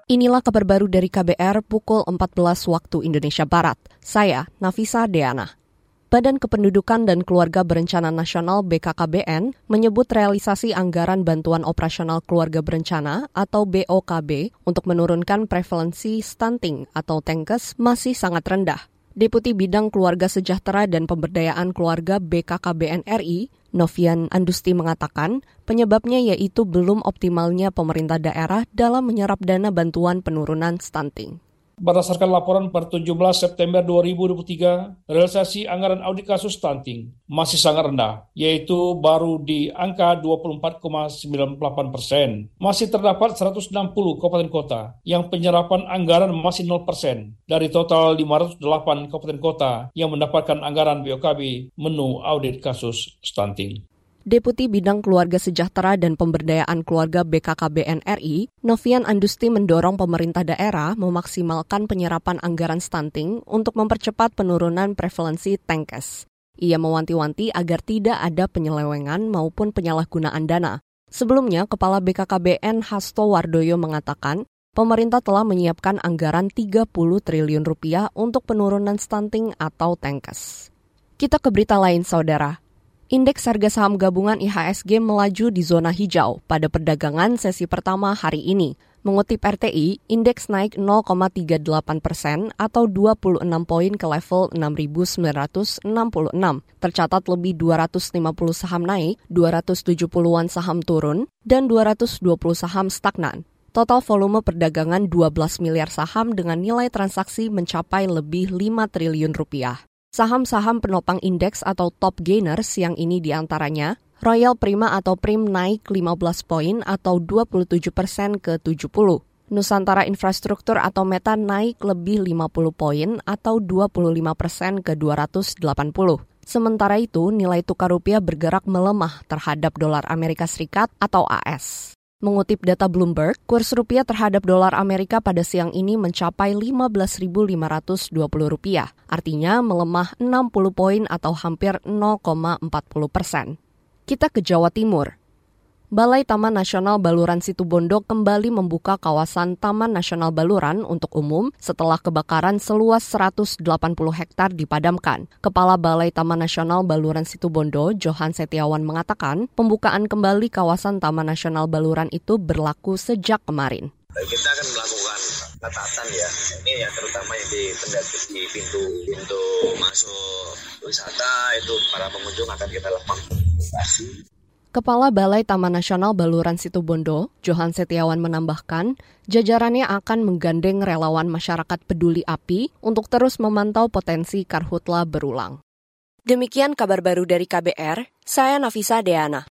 Inilah kabar baru dari KBR pukul 14 waktu Indonesia Barat. Saya, Nafisa Deana. Badan Kependudukan dan Keluarga Berencana Nasional BKKBN menyebut realisasi anggaran bantuan operasional keluarga berencana atau BOKB untuk menurunkan prevalensi stunting atau TENKES masih sangat rendah. Deputi Bidang Keluarga Sejahtera dan Pemberdayaan Keluarga BKKBN RI, Novian Andusti mengatakan, penyebabnya yaitu belum optimalnya pemerintah daerah dalam menyerap dana bantuan penurunan stunting. Berdasarkan laporan per 17 September 2023, realisasi anggaran audit kasus stunting masih sangat rendah, yaitu baru di angka 24,98%. Masih terdapat 160 kabupaten kota yang penyerapan anggaran masih 0% dari total 508 kabupaten kota yang mendapatkan anggaran BOKB menu audit kasus stunting. Deputi Bidang Keluarga Sejahtera dan Pemberdayaan Keluarga BKKBN RI, Novian Andusti mendorong pemerintah daerah memaksimalkan penyerapan anggaran stunting untuk mempercepat penurunan prevalensi TENKES. Ia mewanti-wanti agar tidak ada penyelewengan maupun penyalahgunaan dana. Sebelumnya, Kepala BKKBN Hasto Wardoyo mengatakan, pemerintah telah menyiapkan anggaran 30 triliun rupiah untuk penurunan stunting atau TENKES. Kita ke berita lain, Saudara. Indeks harga saham gabungan IHSG melaju di zona hijau pada perdagangan sesi pertama hari ini. Mengutip RTI, indeks naik 0,38% atau 26 poin ke level 6.966. Tercatat lebih 250 saham naik, 270-an saham turun, dan 220 saham stagnan. Total volume perdagangan 12 miliar saham dengan nilai transaksi mencapai lebih 5 triliun rupiah. Saham-saham penopang indeks atau top gainers yang ini diantaranya, Royal Prima atau Prim naik 15 poin atau 27% ke 70. Nusantara Infrastruktur atau Meta naik lebih 50 poin atau 25% ke 280. Sementara itu, nilai tukar rupiah bergerak melemah terhadap dolar Amerika Serikat atau AS. Mengutip data Bloomberg, kurs rupiah terhadap dolar Amerika pada siang ini mencapai 15.520 rupiah, artinya melemah 60 poin atau hampir 0,40%. Kita ke Jawa Timur. Balai Taman Nasional Baluran Situbondo kembali membuka kawasan Taman Nasional Baluran untuk umum setelah kebakaran seluas 180 hektar dipadamkan. Kepala Balai Taman Nasional Baluran Situbondo, Johan Setiawan mengatakan, pembukaan kembali kawasan Taman Nasional Baluran itu berlaku sejak kemarin. Kita akan melakukan pengetatan ya, ini ya terutama yang di pintu masuk wisata itu para pengunjung akan kita lakukan evakuasi. Kepala Balai Taman Nasional Baluran Situbondo, Johan Setiawan menambahkan, jajarannya akan menggandeng relawan masyarakat peduli api untuk terus memantau potensi karhutla berulang. Demikian kabar baru dari KBR, saya Nafisa Deana.